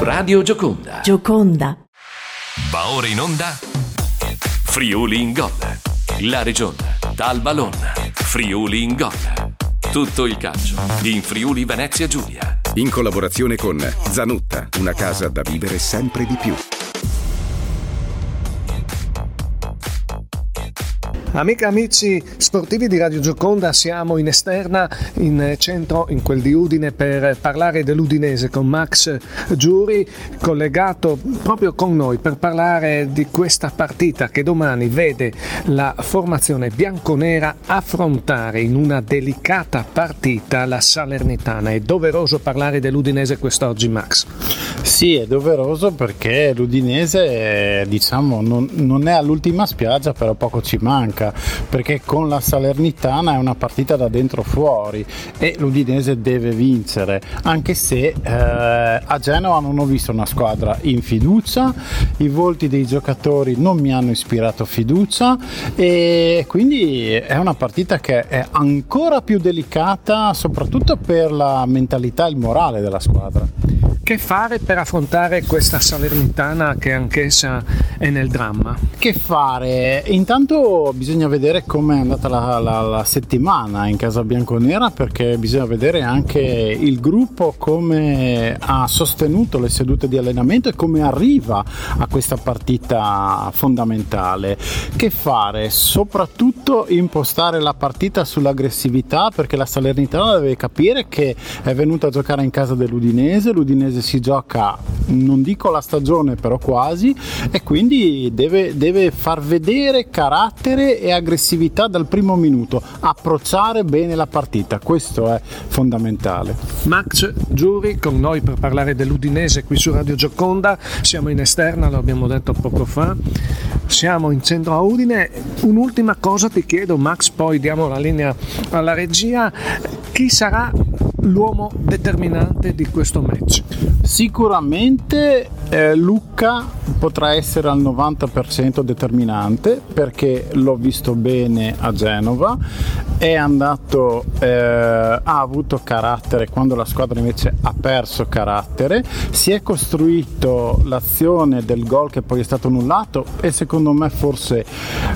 Radio Gioconda. Gioconda. Va ora in onda Friuli in Gol. La Regione, dal Ballon. Friuli in Gol. Tutto il calcio in Friuli Venezia Giulia. In collaborazione con Zanutta, una casa da vivere sempre di più. Amiche e amici sportivi di Radio Gioconda, siamo in esterna, in centro, in quel di Udine, per parlare dell'Udinese con Max Giuri, collegato proprio con noi per parlare di questa partita che domani vede la formazione bianconera affrontare in una delicata partita la Salernitana. È doveroso parlare dell'Udinese quest'oggi, Max? Sì, è doveroso perché l'Udinese non è all'ultima spiaggia, però poco ci manca, perché con la Salernitana è una partita da dentro fuori e l'Udinese deve vincere, anche se a Genova non ho visto una squadra in fiducia, i volti dei giocatori non mi hanno ispirato fiducia e quindi è una partita che è ancora più delicata, soprattutto per la mentalità e il morale della squadra. Che fare per affrontare questa Salernitana che anch'essa è nel dramma? Che fare? Intanto bisogna vedere come è andata la settimana in casa bianconera, perché bisogna vedere anche il gruppo come ha sostenuto le sedute di allenamento e come arriva a questa partita fondamentale. Che fare? Soprattutto impostare la partita sull'aggressività, perché la Salernitana deve capire che è venuta a giocare in casa dell'Udinese, l'Udinese si gioca, non dico la stagione, però quasi, e quindi deve far vedere carattere e aggressività dal primo minuto, approcciare bene la partita, questo è fondamentale. Max Giuri con noi per parlare dell'Udinese qui su Radio Gioconda. Siamo in esterna, lo abbiamo detto poco fa, siamo in centro a Udine. Un'ultima cosa ti chiedo, Max, poi diamo la linea alla regia: chi sarà l'uomo determinante di questo match? Sicuramente Lucca potrà essere al 90% determinante, perché l'ho visto bene a Genova, è andato, ha avuto carattere quando la squadra invece ha perso carattere, si è costruito l'azione del gol che poi è stato annullato e secondo me forse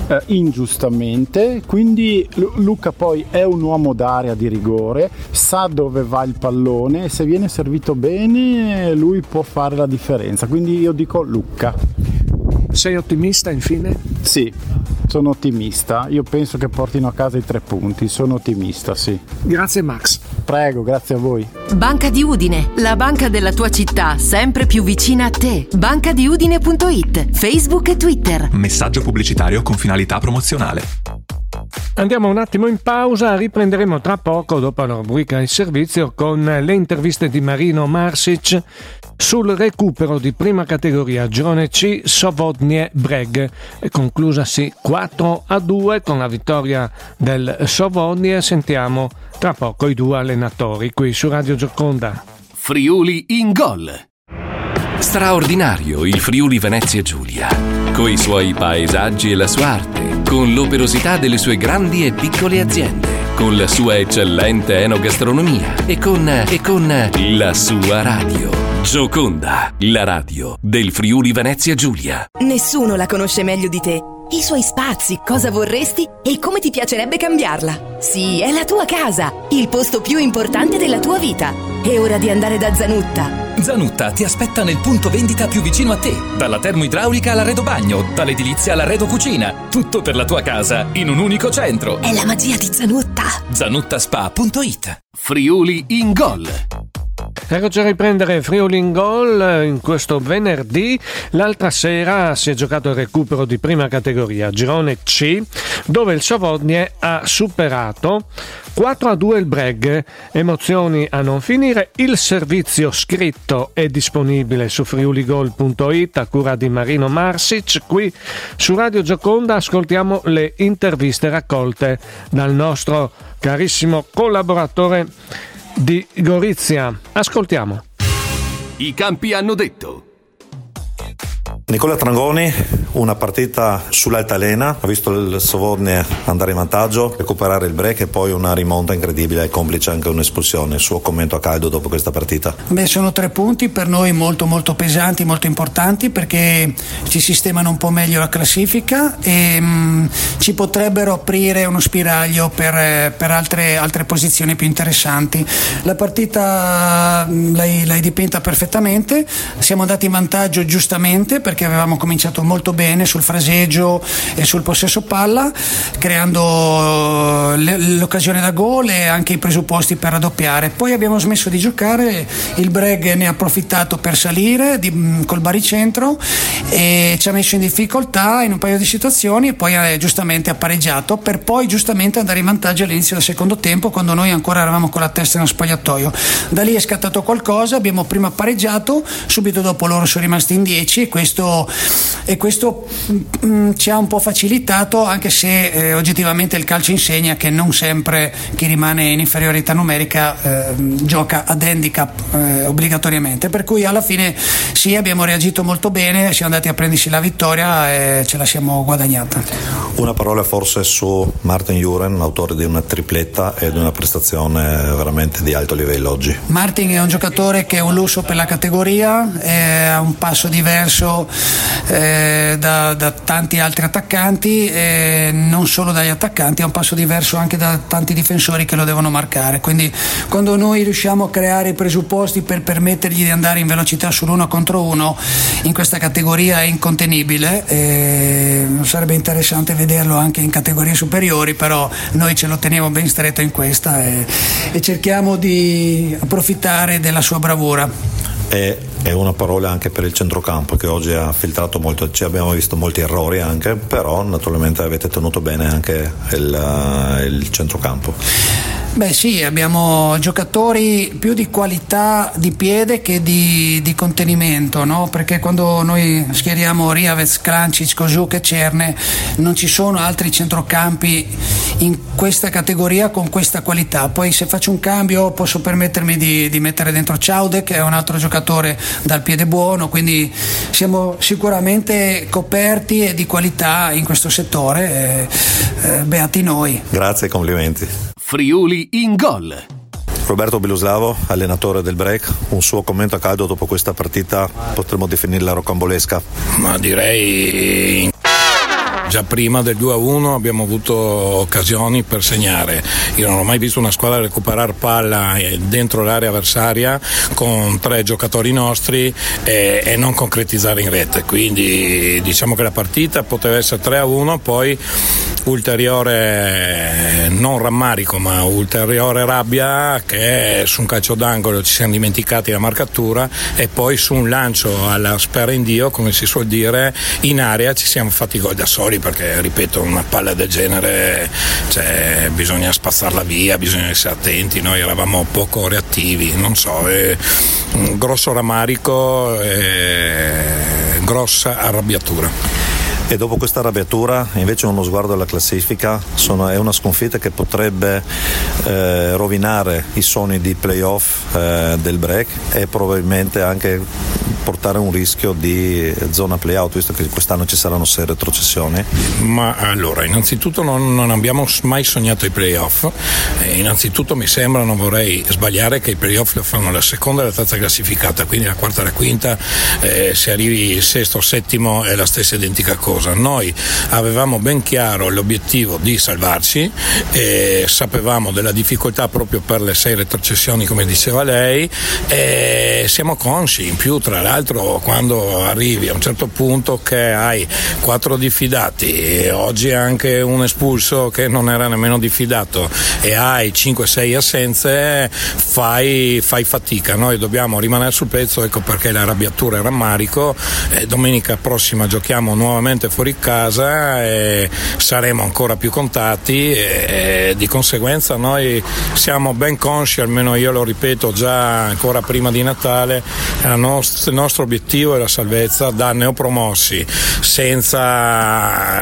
ingiustamente, quindi Lucca poi è un uomo d'area di rigore, sa dove va il pallone e se viene servito bene lui può fare la differenza, quindi io dico Lucca. Sei ottimista infine? Sì, sono ottimista, io penso che portino a casa i 3 punti, sono ottimista, sì. Grazie Max. Prego, grazie a voi. Banca di Udine, la banca della tua città, sempre più vicina a te. bancadiudine.it, Facebook e Twitter. Messaggio pubblicitario con finalità promozionale. Andiamo un attimo in pausa, riprenderemo tra poco dopo la rubrica Il servizio con le interviste di Marino Marsic sul recupero di prima categoria girone C Sovodnie Breg, conclusasi 4-2 con la vittoria del Sovodnie. Sentiamo tra poco i 2 allenatori qui su Radio Gioconda. Friuli in Gol. Straordinario il Friuli Venezia Giulia, coi suoi paesaggi e la sua arte, con l'operosità delle sue grandi e piccole aziende, con la sua eccellente enogastronomia e con la sua radio. Gioconda, la radio del Friuli Venezia Giulia. Nessuno la conosce meglio di te. I suoi spazi, cosa vorresti e come ti piacerebbe cambiarla. Sì, è la tua casa, il posto più importante della tua vita. È ora di andare da Zanutta. Zanutta ti aspetta nel punto vendita più vicino a te. Dalla termoidraulica all'arredo bagno, dall'edilizia all'arredo cucina. Tutto per la tua casa in un unico centro. È la magia di Zanutta. Zanuttaspa.it. Friuli in Gol. Eccoci a riprendere Friuli in Gol in questo venerdì. L'altra sera si è giocato il recupero di prima categoria, girone C, dove il Sovodnie ha superato 4-2 il Breg. Emozioni a non finire. Il servizio scritto è disponibile su friuligol.it a cura di Marino Marsic. Qui su Radio Gioconda ascoltiamo le interviste raccolte dal nostro carissimo collaboratore di Gorizia. Ascoltiamo. I campi hanno detto. Nicola Trangoni, una partita sull'altalena, ha visto il Sovodnia andare in vantaggio, recuperare il break e poi una rimonta incredibile e complice anche un'espulsione. Il suo commento a caldo dopo questa partita? Sono 3 punti per noi molto molto pesanti, molto importanti, perché ci sistemano un po' meglio la classifica e ci potrebbero aprire uno spiraglio per altre posizioni più interessanti. La partita l'hai dipinta perfettamente, siamo andati in vantaggio giustamente perché avevamo cominciato molto bene sul fraseggio e sul possesso palla, creando l'occasione da gol e anche i presupposti per raddoppiare. Poi abbiamo smesso di giocare, il Breg ne ha approfittato per salire col baricentro e ci ha messo in difficoltà in un paio di situazioni e poi giustamente ha pareggiato, per poi giustamente andare in vantaggio all'inizio del secondo tempo, quando noi ancora eravamo con la testa nello spogliatoio. Da lì è scattato qualcosa, abbiamo prima pareggiato, subito dopo loro sono rimasti in 10 e questo ci ha un po' facilitato, anche se oggettivamente il calcio insegna che non sempre chi rimane in inferiorità numerica gioca ad handicap obbligatoriamente, per cui alla fine sì, abbiamo reagito molto bene, siamo andati a prendersi la vittoria e ce la siamo guadagnata. Una parola forse su Martin Juren, autore di una tripletta e di una prestazione veramente di alto livello oggi. Martin è un giocatore che è un lusso per la categoria, ha un passo diverso da tanti altri attaccanti, non solo dagli attaccanti, ha un passo diverso anche da tanti difensori che lo devono marcare, quindi quando noi riusciamo a creare i presupposti per permettergli di andare in velocità sull'1 contro 1 in questa categoria è incontenibile, sarebbe interessante vederlo anche in categorie superiori, però noi ce lo teniamo ben stretto in questa e cerchiamo di approfittare della sua bravura. E una parola anche per il centrocampo, che oggi ha filtrato molto, ci abbiamo visto molti errori anche, però naturalmente avete tenuto bene anche il centrocampo. Beh sì, abbiamo giocatori più di qualità di piede che di contenimento, no? Perché quando noi schieriamo Riavez, Klancic, Kozuk e Cerne non ci sono altri centrocampi in questa categoria con questa qualità. Poi se faccio un cambio posso permettermi di mettere dentro Ciaude, che è un altro giocatore dal piede buono, quindi siamo sicuramente coperti e di qualità in questo settore, beati noi. Grazie e complimenti. Friuli in gol. Roberto Biloslavo, allenatore del Break, un suo commento a caldo dopo questa partita, potremmo definirla rocambolesca? Ma direi già prima del 2-1 abbiamo avuto occasioni per segnare. Io non ho mai visto una squadra recuperare palla dentro l'area avversaria con 3 giocatori nostri e non concretizzare in rete, quindi diciamo che la partita poteva essere 3-1, poi ulteriore non rammarico ma ulteriore rabbia che su un calcio d'angolo ci siamo dimenticati la marcatura e poi su un lancio alla spera in Dio, come si suol dire, in area ci siamo fatti gol da soli, perché ripeto, una palla del genere bisogna spazzarla via, bisogna essere attenti, noi eravamo poco reattivi, non so, un grosso rammarico e grossa arrabbiatura. E dopo questa arrabbiatura invece uno sguardo alla classifica, è una sconfitta che potrebbe rovinare i sogni di playoff del Break e probabilmente anche portare un rischio di zona playout, visto che quest'anno ci saranno 6 retrocessioni. Ma allora, innanzitutto non abbiamo mai sognato i playoff, innanzitutto mi sembra, non vorrei sbagliare, che i playoff lo fanno la seconda e la terza classificata, quindi la quarta e la quinta, se arrivi il sesto o settimo è la stessa identica cosa. Noi avevamo ben chiaro l'obiettivo di salvarci e sapevamo della difficoltà proprio per le 6 retrocessioni, come diceva lei, e siamo consci. In più, tra l'altro, quando arrivi a un certo punto che hai 4 diffidati e oggi anche un espulso che non era nemmeno diffidato e hai 5-6 assenze, fai fatica. Noi dobbiamo rimanere sul pezzo, ecco perché l'arrabbiatura e il rammarico. Domenica prossima giochiamo nuovamente fuori casa e saremo ancora più contatti e di conseguenza noi siamo ben consci, almeno io lo ripeto già ancora prima di Natale, il nostro nostro obiettivo è la salvezza da neopromossi, senza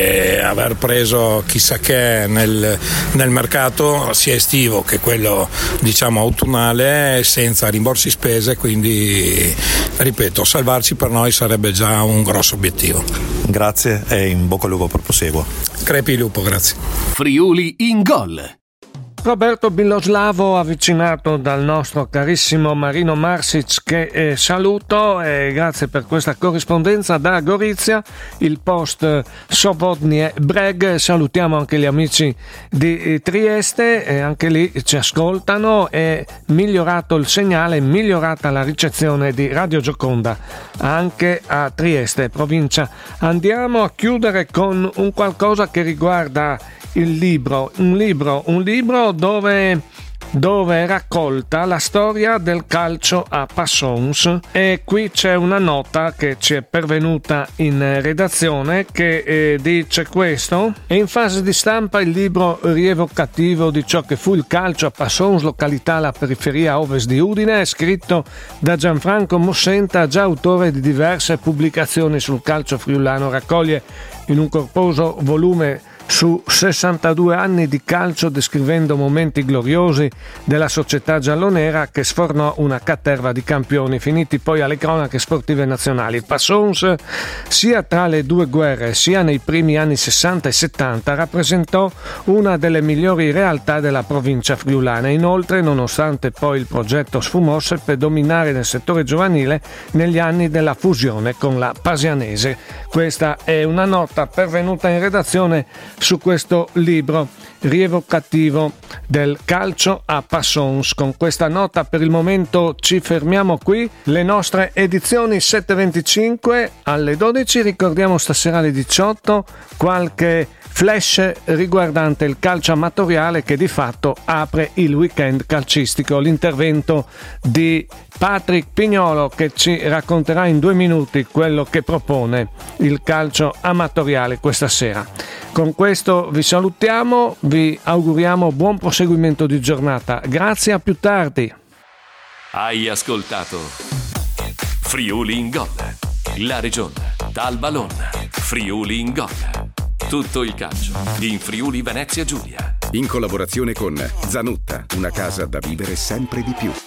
aver preso chissà che nel mercato sia estivo che quello diciamo autunnale, senza rimborsi spese, quindi ripeto, salvarci per noi sarebbe già un grosso obiettivo. Grazie e in bocca al lupo per proseguo. Crepi lupo, grazie. Friuli in gol. Roberto Biloslavo, avvicinato dal nostro carissimo Marino Marsic, che saluto e grazie per questa corrispondenza da Gorizia, il post Sovodnie Breg. Salutiamo anche gli amici di Trieste, anche lì ci ascoltano. È migliorato il segnale, migliorata la ricezione di Radio Gioconda anche a Trieste, provincia. Andiamo a chiudere con un qualcosa che riguarda il libro, un libro dove è raccolta la storia del calcio a Passons, e qui c'è una nota che ci è pervenuta in redazione che dice questo: è in fase di stampa il libro rievocativo di ciò che fu il calcio a Passons, località alla periferia ovest di Udine, scritto da Gianfranco Mossenta, già autore di diverse pubblicazioni sul calcio friulano. Raccoglie in un corposo volume su 62 anni di calcio, descrivendo momenti gloriosi della società giallonera che sfornò una caterva di campioni finiti poi alle cronache sportive nazionali. Passons, sia tra le due guerre sia nei primi anni 60 e 70, rappresentò una delle migliori realtà della provincia friulana. Inoltre, nonostante poi il progetto sfumò, seppe dominare nel settore giovanile negli anni della fusione con la Pasianese. Questa è una nota pervenuta in redazione su questo libro rievocativo del calcio a Passons. Con questa nota per il momento ci fermiamo qui. Le nostre edizioni 7:25 alle 12, ricordiamo stasera alle 18 qualche flash riguardante il calcio amatoriale che di fatto apre il weekend calcistico. L'intervento di Patrick Pignolo, che ci racconterà in 2 minuti quello che propone il calcio amatoriale questa sera. Con questo vi salutiamo, vi auguriamo buon proseguimento di giornata. Grazie, a più tardi. Hai ascoltato Friuli in gol. La regione dal Ballon. Friuli in gol. Tutto il calcio in Friuli Venezia Giulia. In collaborazione con Zanutta, una casa da vivere sempre di più.